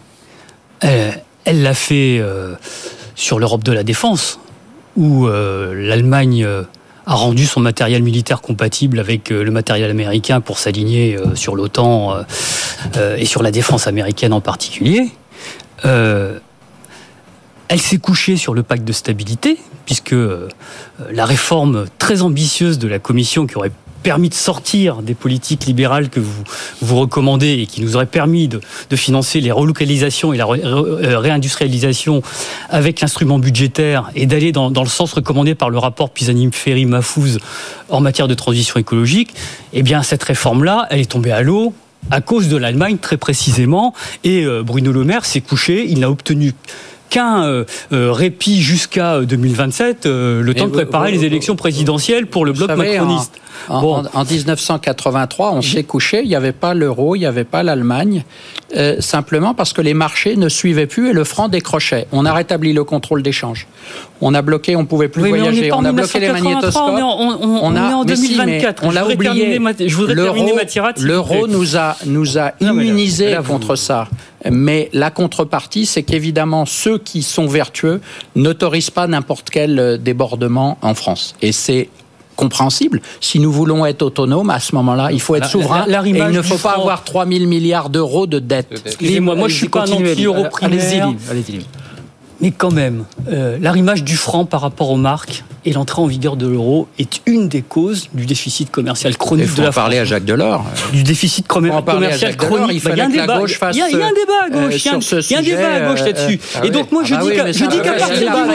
Elle l'a fait sur l'Europe de la défense, où l'Allemagne a rendu son matériel militaire compatible avec le matériel américain pour s'aligner sur l'OTAN et sur la défense américaine en particulier. Elle s'est couchée sur le pacte de stabilité, puisque la réforme très ambitieuse de la Commission qui aurait permis de sortir des politiques libérales que vous recommandez et qui nous aurait permis de financer les relocalisations et la réindustrialisation avec l'instrument budgétaire et d'aller dans le sens recommandé par le rapport Pisani-Ferry-Mahfouz en matière de transition écologique, eh bien cette réforme-là, elle est tombée à l'eau à cause de l'Allemagne très précisément, et Bruno Le Maire s'est couché, il n'a obtenu qu'un répit jusqu'à 2027, le temps de préparer les élections présidentielles pour le bloc macroniste. En 1983, on s'est couché, il n'y avait pas l'euro, il n'y avait pas l'Allemagne, simplement parce que les marchés ne suivaient plus et le franc décrochait. On a rétabli le contrôle d'échange. On a bloqué, on ne pouvait plus voyager, on a bloqué les magnétoscopes. On est en 2024. On l'a oublié. Je voudrais terminer ma tirade. L'euro nous a immunisés contre ça. Mais la contrepartie, c'est qu'évidemment, ceux qui sont vertueux n'autorisent pas n'importe quel débordement en France. Et c'est compréhensible. Si nous voulons être autonomes, à ce moment-là, il faut être souverain. Et il ne faut pas avoir 3 000 milliards d'euros de dette. Excusez-moi, moi je ne suis pas un anti-euro primaire. Allez-y. Mais quand même, l'arrimage du franc par rapport aux marques et l'entrée en vigueur de l'euro est une des causes du déficit commercial chronique de la France. Il faut en parler à Jacques Delors. Du déficit commercial chronique. Il fallait que la gauche fasse sur ce sujet. Il y a un débat à gauche là-dessus. Et donc moi je dis qu'à partir du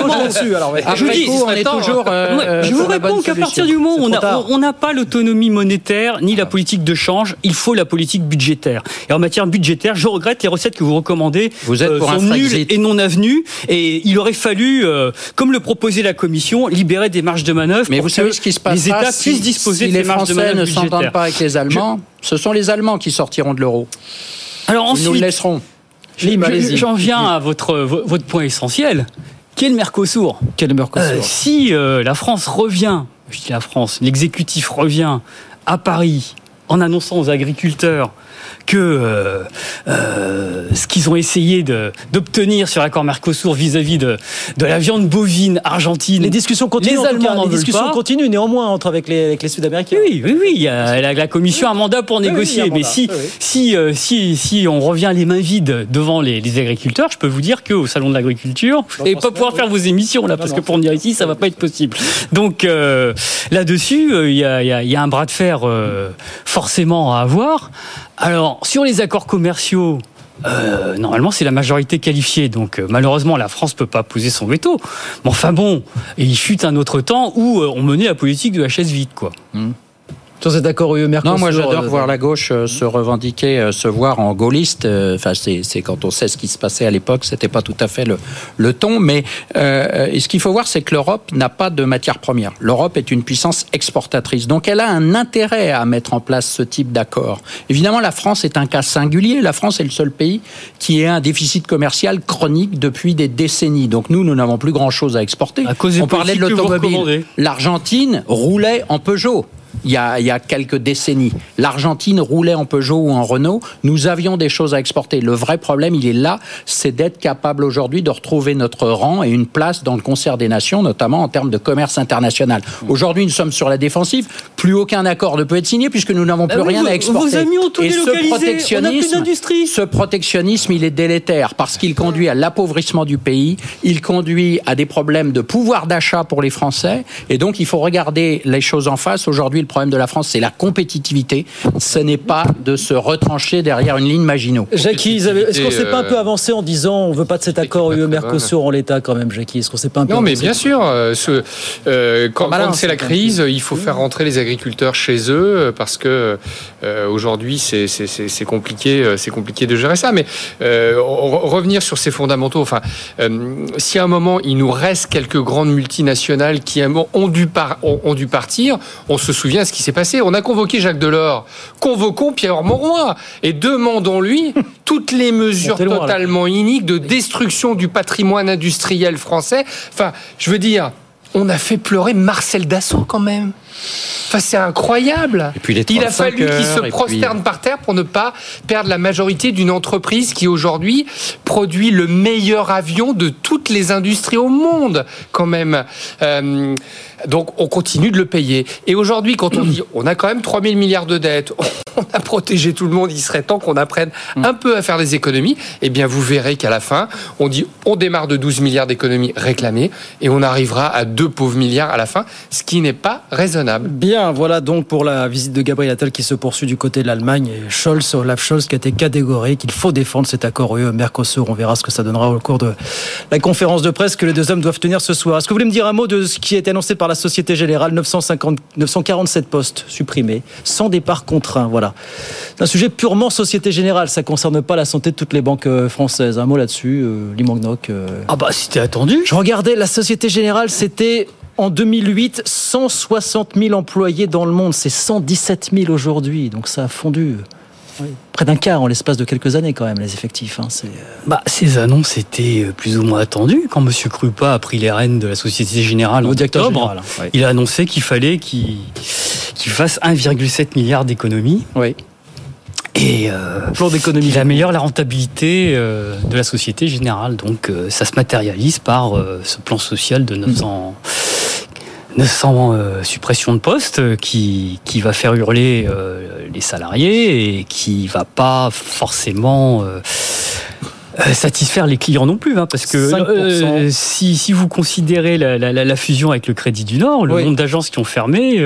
moment... Je vous réponds qu'à partir du moment où on n'a pas l'autonomie monétaire ni la politique de change, il faut la politique budgétaire. Et en matière budgétaire, je regrette les recettes que vous recommandez sont nulles et non avenues. Et il aurait fallu, comme le proposait la Commission, libérer des marges de manœuvre. Mais vous savez ce qui se passe les États puissent disposer de ces marges de manœuvre budgétaires. Si les Français ne s'entendent pas avec les Allemands, ce sont les Allemands qui sortiront de l'euro. Alors ensuite, nous le laisserons. J'en viens à votre point essentiel, qui est le Mercosur. Si la France revient, je dis la France, l'exécutif revient à Paris en annonçant aux agriculteurs que ce qu'ils ont essayé d'obtenir sur l'accord Mercosur vis-à-vis de la viande bovine argentine. Les discussions continuent. Les Allemands les discussions continuent néanmoins avec les Sud-Américains. Oui. Il y a la Commission a un mandat pour négocier. Mais si on revient les mains vides devant les agriculteurs, je peux vous dire qu'au salon de l'agriculture, vous n'allez pas pouvoir faire vos émissions là, parce que pour venir ici, ça va pas être possible. Donc là-dessus, il y a un bras de fer forcément à avoir. Alors, sur les accords commerciaux, normalement, c'est la majorité qualifiée. Donc, malheureusement, la France ne peut pas poser son veto. Mais enfin bon, il fut un autre temps où on menait la politique de la chaise vide, quoi. Sur cet accord UE-Mercosur. Non, moi j'adore voir la gauche se revendiquer, se voir en gaulliste. Enfin, c'est quand on sait ce qui se passait à l'époque, c'était pas tout à fait le ton. Mais ce qu'il faut voir, c'est que l'Europe n'a pas de matières premières. L'Europe est une puissance exportatrice, donc elle a un intérêt à mettre en place ce type d'accord. Évidemment, la France est un cas singulier. La France est le seul pays qui a un déficit commercial chronique depuis des décennies. Donc nous n'avons plus grand-chose à exporter. On parlait de l'automobile. L'Argentine roulait en Peugeot. Il y a quelques décennies. L'Argentine roulait en Peugeot ou en Renault. Nous avions des choses à exporter. Le vrai problème, il est là, c'est d'être capable aujourd'hui de retrouver notre rang et une place dans le concert des nations, notamment en termes de commerce international. Aujourd'hui, nous sommes sur la défensive. Plus aucun accord ne peut être signé puisque nous n'avons plus rien à exporter. Vos amis ont tout délocalisé. On n'a plus d'industrie. Ce protectionnisme, il est délétère parce qu'il conduit à l'appauvrissement du pays. Il conduit à des problèmes de pouvoir d'achat pour les Français. Et donc, il faut regarder les choses en face. Aujourd'hui, le problème de la France, c'est la compétitivité. Ce n'est pas de se retrancher derrière une ligne Maginot. Jackie, est-ce qu'on ne s'est pas un peu avancé en disant on ne veut pas de cet accord UE-Mercosur en l'état quand même, Jackie? Est-ce qu'on ne s'est pas un peu avancé? Non, mais bien sûr. Quand c'est la crise, il faut faire rentrer les agriculteurs chez eux parce que aujourd'hui, c'est compliqué de gérer ça. Mais revenir sur ces fondamentaux. Enfin, si à un moment il nous reste quelques grandes multinationales qui ont dû partir, on se souvient de ce qui s'est passé. On a convoqué Jacques Delors. Convoquons Pierre Mauroy et demandons-lui toutes les mesures totalement iniques de destruction du patrimoine industriel français. Enfin, je veux dire, on a fait pleurer Marcel Dassault quand même. Enfin, c'est incroyable. Et puis il a fallu qu'il se prosterne par terre pour ne pas perdre la majorité d'une entreprise qui aujourd'hui produit le meilleur avion de toutes les industries au monde, quand même. Donc, on continue de le payer. Et aujourd'hui, quand on dit on a quand même 3 000 milliards de dettes, on a protégé tout le monde, il serait temps qu'on apprenne un peu à faire des économies, eh bien, vous verrez qu'à la fin, on dit on démarre de 12 milliards d'économies réclamées et on arrivera à 2 pauvres milliards à la fin, ce qui n'est pas raisonnable. Bien, voilà donc pour la visite de Gabriel Attal qui se poursuit du côté de l'Allemagne et Olaf Scholz qui a été catégorique qu'il faut défendre cet accord UE-Mercosur. On verra ce que ça donnera au cours de la conférence de presse que les deux hommes doivent tenir ce soir. Est-ce que vous voulez me dire un mot de ce qui a été annoncé par la Société Générale? 947 postes supprimés, sans départ contraint, voilà. C'est un sujet purement Société Générale, ça ne concerne pas la santé de toutes les banques françaises. Un mot là-dessus, Limognoc. Ah bah c'était attendu. Je regardais, la Société Générale, c'était... En 2008, 160 000 employés dans le monde, c'est 117 000 aujourd'hui, donc ça a fondu. Oui. Près d'un quart en l'espace de quelques années quand même, les effectifs. Ces annonces étaient plus ou moins attendues. Quand M. Krupa a pris les rênes de la Société Générale en octobre, il a annoncé qu'il fallait qu'il fasse 1,7 milliard d'économies. Oui. Et il améliore la rentabilité de la Société Générale. Donc ça se matérialise par ce plan social de 900 suppressions de postes qui va faire hurler les salariés et qui va pas forcément satisfaire les clients non plus, parce que si vous considérez la fusion avec le Crédit du Nord, le nombre d'agences qui ont fermé,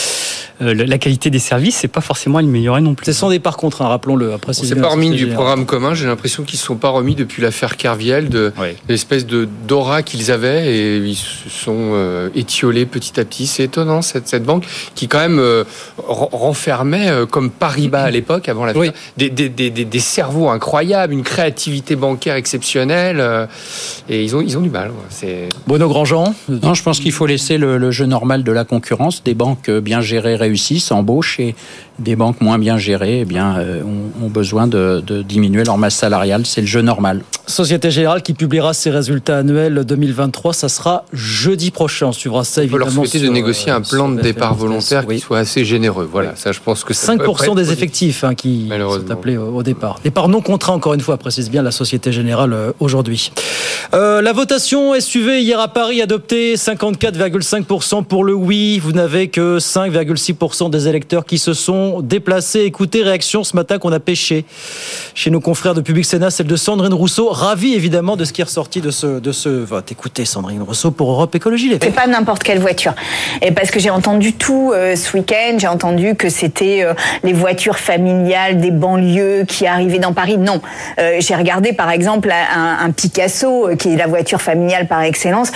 la qualité des services, c'est pas forcément amélioré non plus. C'est sans départ contraint, rappelons-le. On s'est pas remis du programme commun. J'ai l'impression qu'ils ne sont pas remis depuis l'affaire Kerviel de l'espèce d'aura qu'ils avaient et ils se sont étiolés petit à petit. C'est étonnant cette banque qui quand même renfermait comme Paribas à l'époque avant l'affaire des cerveaux incroyables, une créativité bancaire exceptionnelle et ils ont du mal. Bruno Grandjean. Non, je pense qu'il faut laisser le jeu normal de la concurrence. Des banques bien gérées réussissent, embauchent et des banques moins bien gérées ont besoin de diminuer leur masse salariale. C'est le jeu normal. Société Générale qui publiera ses résultats annuels 2023, ça sera jeudi prochain. On suivra ça évidemment. On peut leur souhaiter de négocier un plan de départ volontaire qui soit assez généreux. Voilà, ça je pense que 5% des effectifs qui sont appelés au départ. Départ non contraint, encore une fois, précise bien la Société Générale aujourd'hui. La votation SUV hier à Paris, adoptée 54,5% pour le oui. Vous n'avez que 5,6% 86% des électeurs qui se sont déplacés. Écoutez, réaction ce matin qu'on a pêché chez nos confrères de Public Sénat, celle de Sandrine Rousseau, ravie évidemment de ce qui est ressorti de ce vote. Écoutez, Sandrine Rousseau pour Europe Écologie Les Verts. C'est pas n'importe quelle voiture. Et parce que j'ai entendu tout ce week-end, j'ai entendu que c'était les voitures familiales des banlieues qui arrivaient dans Paris. Non. J'ai regardé par exemple un Picasso, qui est la voiture familiale par excellence,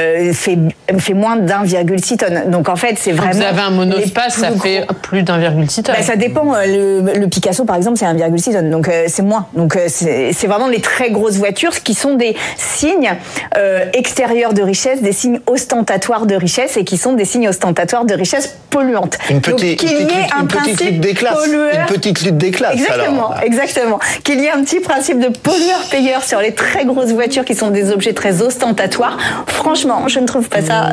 fait moins d'1,6 tonnes. Donc en fait, c'est vraiment... Vous avez un monospace, ça fait plus d'1,6 tonnes. Ça dépend. Le Picasso, par exemple, c'est 1,6 tonnes. Donc c'est moins. Donc c'est vraiment les très grosses voitures qui sont des signes extérieurs de richesse, des signes ostentatoires de richesse et qui sont des signes ostentatoires de richesse polluante. Une petite lutte des classes. Une petite lutte des classes. Exactement. Qu'il y ait un petit principe de pollueur-payeur sur les très grosses voitures qui sont des objets très ostentatoires. Franchement, je ne trouve pas ça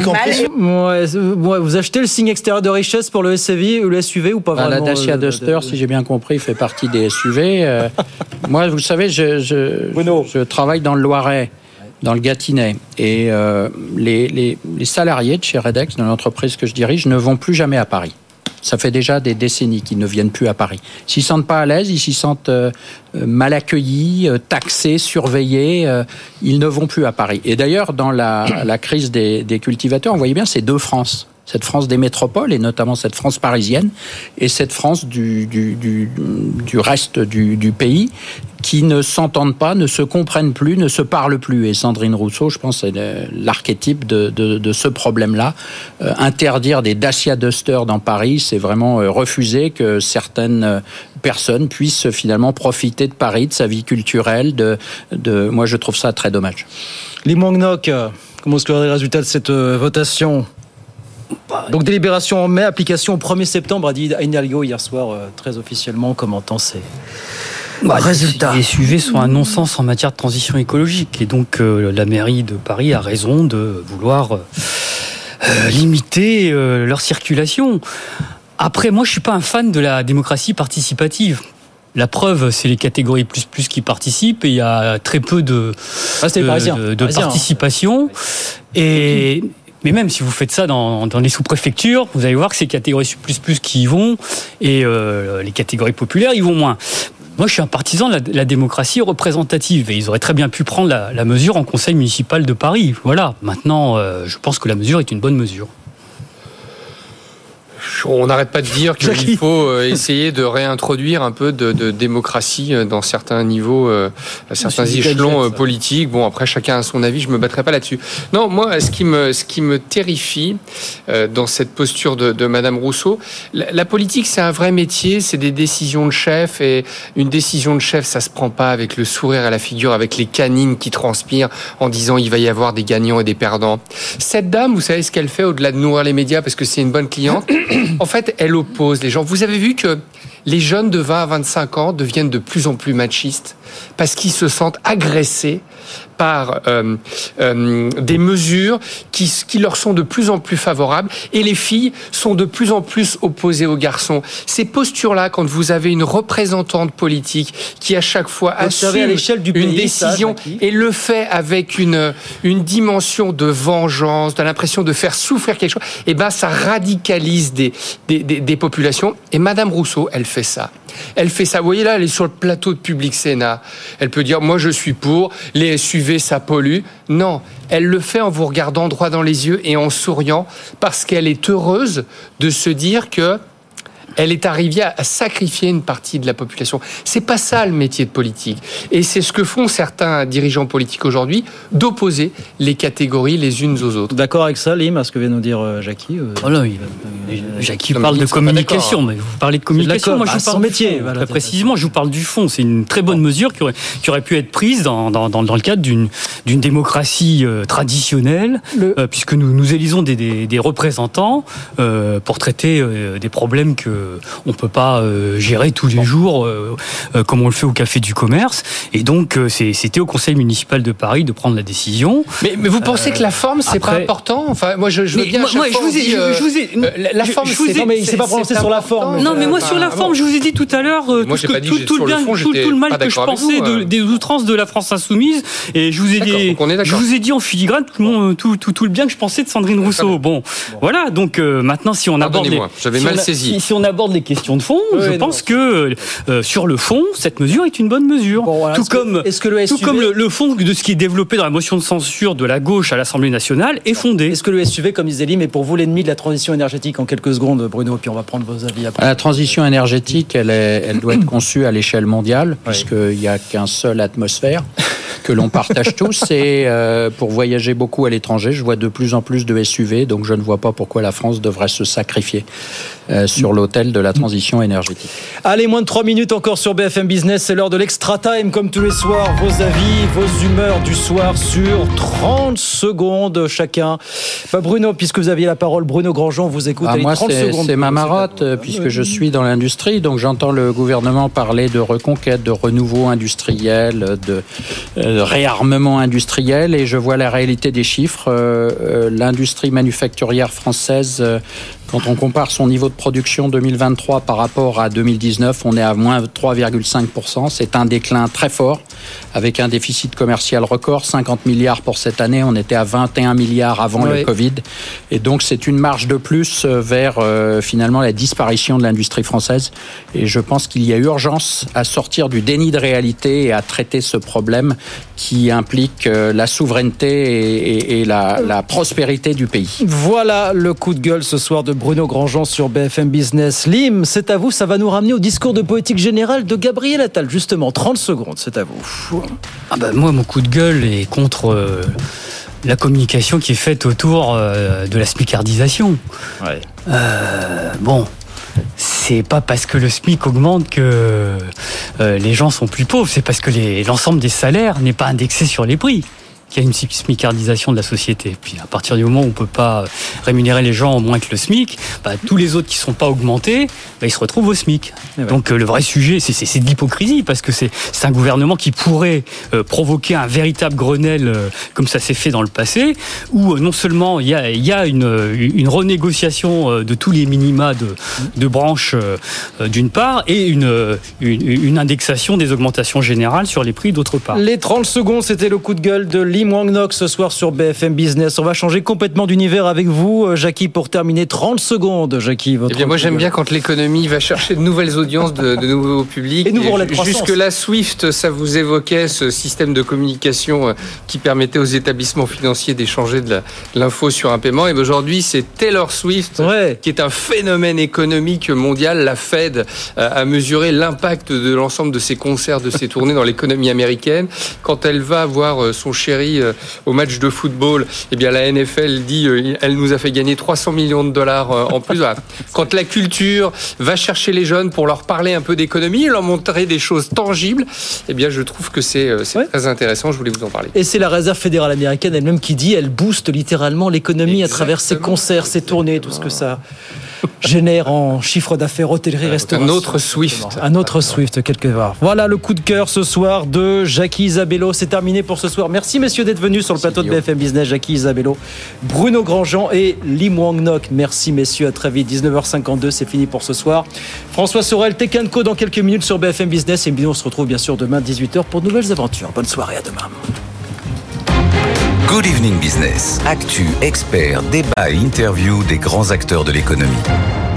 mal. Vous achetez le signe extérieur de richesse pour le SUV ou pas vraiment? La Dacia Duster, si j'ai bien compris, fait partie des SUV. Moi, vous savez, je travaille dans le Loiret, dans le Gâtinais, et les salariés de chez Redex, de l'entreprise que je dirige, ne vont plus jamais à Paris. Ça fait déjà des décennies qu'ils ne viennent plus à Paris. Ils s'y sentent pas à l'aise, ils s'y sentent mal accueillis, taxés, surveillés. Ils ne vont plus à Paris. Et d'ailleurs, dans la crise des cultivateurs, on voyait bien ces deux France. Cette France des métropoles, et notamment cette France parisienne, et cette France du reste du pays, qui ne s'entendent pas, ne se comprennent plus, ne se parlent plus. Et Sandrine Rousseau, je pense, c'est l'archétype de ce problème-là. Interdire des Dacia Duster dans Paris, c'est vraiment refuser que certaines personnes puissent finalement profiter de Paris, de sa vie culturelle. Moi, je trouve ça très dommage. Les Mongnoc, comment est-ce que les résultats de cette votation? Donc délibération en mai, application au 1er septembre, a dit Anne Hidalgo hier soir, très officiellement, commentant ces résultats. Les SUV sont un non-sens en matière de transition écologique. Et donc la mairie de Paris a raison de vouloir limiter leur circulation. Après, moi je ne suis pas un fan de la démocratie participative. La preuve, c'est les catégories plus qui participent et il y a très peu de participation. Mais même si vous faites ça dans les sous-préfectures, vous allez voir que c'est les catégories plus qui y vont et les catégories populaires y vont moins. Moi, je suis un partisan de la démocratie représentative et ils auraient très bien pu prendre la mesure en conseil municipal de Paris. Voilà. Maintenant, je pense que la mesure est une bonne mesure. On n'arrête pas de dire qu'il faut essayer de réintroduire un peu de démocratie dans certains niveaux, certains échelons politiques. Bon, après, chacun a son avis, je ne me battrai pas là-dessus. Non, moi, ce qui me terrifie dans cette posture de Madame Rousseau, la politique, c'est un vrai métier, c'est des décisions de chef, et une décision de chef, ça ne se prend pas avec le sourire à la figure, avec les canines qui transpirent en disant il va y avoir des gagnants et des perdants. Cette dame, vous savez ce qu'elle fait au-delà de nourrir les médias parce que c'est une bonne cliente? En fait, elle oppose les gens. Vous avez vu que les jeunes de 20 à 25 ans deviennent de plus en plus machistes parce qu'ils se sentent agressés par des mesures qui leur sont de plus en plus favorables, et les filles sont de plus en plus opposées aux garçons. Ces postures-là, quand vous avez une représentante politique qui à chaque fois assume une décision et le fait avec une dimension de vengeance, de l'impression de faire souffrir quelque chose, et ben ça radicalise des populations. Et Madame Rousseau, elle fait ça. Elle fait ça. Vous voyez là, elle est sur le plateau de Public Sénat. Elle peut dire, moi je suis pour, les SUV ça pollue. Non, elle le fait en vous regardant droit dans les yeux et en souriant parce qu'elle est heureuse de se dire que elle est arrivée à sacrifier une partie de la population. C'est pas ça le métier de politique. Et c'est ce que font certains dirigeants politiques aujourd'hui, d'opposer les catégories les unes aux autres. D'accord avec ça, Lim, à ce que vient de nous dire Jackie Jackie parle de communication, mais vous parlez de communication. Moi, je vous parle métier. Très précisément, je vous parle du fond. C'est une très bonne mesure qui aurait pu être prise dans le cadre d'une démocratie traditionnelle, puisque nous élisons des représentants pour traiter des problèmes que on peut pas gérer tous les jours comme on le fait au Café du Commerce. Et donc, c'était au Conseil municipal de Paris de prendre la décision. Mais vous pensez que la forme, c'est pas important? Enfin, moi, je veux bien. La forme, non, mais il s'est pas prononcé sur la forme. Non, mais moi, sur la forme, je vous ai dit tout à l'heure tout le mal que je pensais des outrances de la France insoumise. Et je vous ai dit en filigrane tout le bien que je pensais de Sandrine Rousseau. Bon, voilà. Donc maintenant, si on aborde les questions de fond, je pense que sur le fond, cette mesure est une bonne mesure. Bon, voilà, tout comme le fond de ce qui est développé dans la motion de censure de la gauche à l'Assemblée nationale est fondé. Est-ce que le SUV, comme disait Lim, est pour vous l'ennemi de la transition énergétique? En quelques secondes, Bruno, puis on va prendre vos avis après. La transition énergétique, elle doit être conçue à l'échelle mondiale, puisqu'il n'y a qu'un seul atmosphère que l'on partage tous. Et pour voyager beaucoup à l'étranger, je vois de plus en plus de SUV, donc je ne vois pas pourquoi la France devrait se sacrifier sur l'autel de la transition énergétique. Allez, moins de 3 minutes encore sur BFM Business, c'est l'heure de l'Extra Time, comme tous les soirs. Vos avis, vos humeurs du soir sur 30 secondes chacun. Bruno, puisque vous aviez la parole, Bruno Grandjean vous écoute. Moi, 30 secondes. C'est ma marotte, puisque je suis dans l'industrie, donc j'entends le gouvernement parler de reconquête, de renouveau industriel, de réarmement industriel, et je vois la réalité des chiffres. L'industrie manufacturière française, quand on compare son niveau de production 2023 par rapport à 2019, on est à moins 3,5%. C'est un déclin très fort, avec un déficit commercial record, 50 milliards pour cette année. On était à 21 milliards avant le Covid. Et donc, c'est une marge de plus vers finalement la disparition de l'industrie française. Et je pense qu'il y a urgence à sortir du déni de réalité et à traiter ce problème qui implique la souveraineté et la prospérité du pays. Voilà le coup de gueule ce soir de Bruno Grandjean sur BFM Business. Lim, c'est à vous, ça va nous ramener au discours de politique générale de Gabriel Attal, justement. 30 secondes, c'est à vous. Moi, mon coup de gueule est contre la communication qui est faite autour de la smicardisation. C'est pas parce que le SMIC augmente que les gens sont plus pauvres, c'est parce que l'ensemble des salaires n'est pas indexé sur les prix qu'il y a une smicardisation de la société. Puis à partir du moment où on peut pas rémunérer les gens moins que le SMIC, tous les autres qui sont pas augmentés, ils se retrouvent au SMIC. Donc le vrai sujet, c'est de l'hypocrisie, parce que c'est un gouvernement qui pourrait provoquer un véritable Grenelle comme ça s'est fait dans le passé, où non seulement il y a une renégociation de tous les minima de branches d'une part, et une indexation des augmentations générales sur les prix d'autre part. Les 30 secondes, c'était le coup de gueule de Lim Wang Nok ce soir sur BFM Business. On va changer complètement d'univers avec vous, Jackie, pour terminer. 30 secondes, Jackie. Moi, j'aime bien quand l'économie va chercher de nouvelles audiences, de nouveaux publics. Et nouveau relais de croissance. Jusque-là, SWIFT, ça vous évoquait ce système de communication qui permettait aux établissements financiers d'échanger de l'info sur un paiement. Et aujourd'hui, c'est Taylor Swift, qui est un phénomène économique mondial. La Fed a mesuré l'impact de l'ensemble de ses concerts, de ses tournées dans l'économie américaine. Quand elle va voir son chéri au match de football, la NFL dit elle nous a fait gagner 300 millions de dollars en plus. Voilà. Quand la culture va chercher les jeunes pour leur parler un peu d'économie et leur montrer des choses tangibles, je trouve que c'est très intéressant. Je voulais vous en parler. Et c'est la Réserve fédérale américaine elle-même qui dit, elle booste littéralement l'économie à travers ses concerts, ses tournées, tout ce que ça génère en chiffre d'affaires, hôtellerie, restauration. Un autre Swift quelque part. Voilà le coup de cœur ce soir de Jackie Isabello. C'est terminé pour ce soir. Merci messieurs d'être venus sur le plateau de BFM Business. Jackie Isabello, Bruno Grandjean et Lim Wang Nok. Merci messieurs, à très vite. 19h52, c'est fini pour ce soir. François Sorel, Tech & Co dans quelques minutes sur BFM Business. Et on se retrouve bien sûr demain 18h pour de nouvelles aventures. Bonne soirée, à demain. Good Evening Business. Actu, experts, débat et interview des grands acteurs de l'économie.